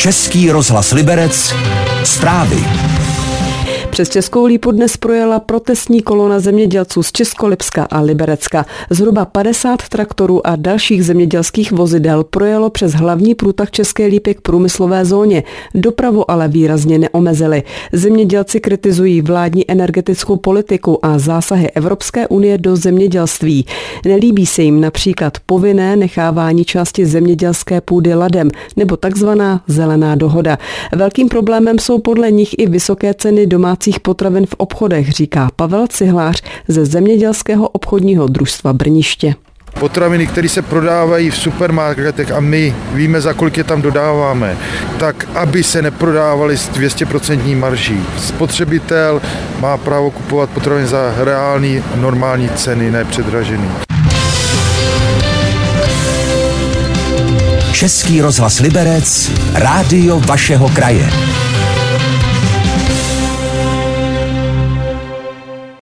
Český rozhlas Liberec, zprávy. Přes Českou Lípu dnes projela protestní kolona zemědělců z Českolipska a Liberecka. Zhruba 50 traktorů a dalších zemědělských vozidel projelo přes hlavní průtah České Lípy k průmyslové zóně. Dopravu ale výrazně neomezili. Zemědělci kritizují vládní energetickou politiku a zásahy Evropské unie do zemědělství. Nelíbí se jim například povinné nechávání části zemědělské půdy ladem nebo takzvaná zelená dohoda. Velkým problémem jsou podle nich i vysoké ceny domácích potravin v obchodech, říká Pavel Cihlář ze Zemědělského obchodního družstva Brniště. Potraviny, které se prodávají v supermarketech a my víme, za kolik je tam dodáváme, tak aby se neprodávaly s 200% marží. Spotřebitel má právo kupovat potraviny za reální, normální ceny, ne předražený. Český rozhlas Liberec, rádio vašeho kraje.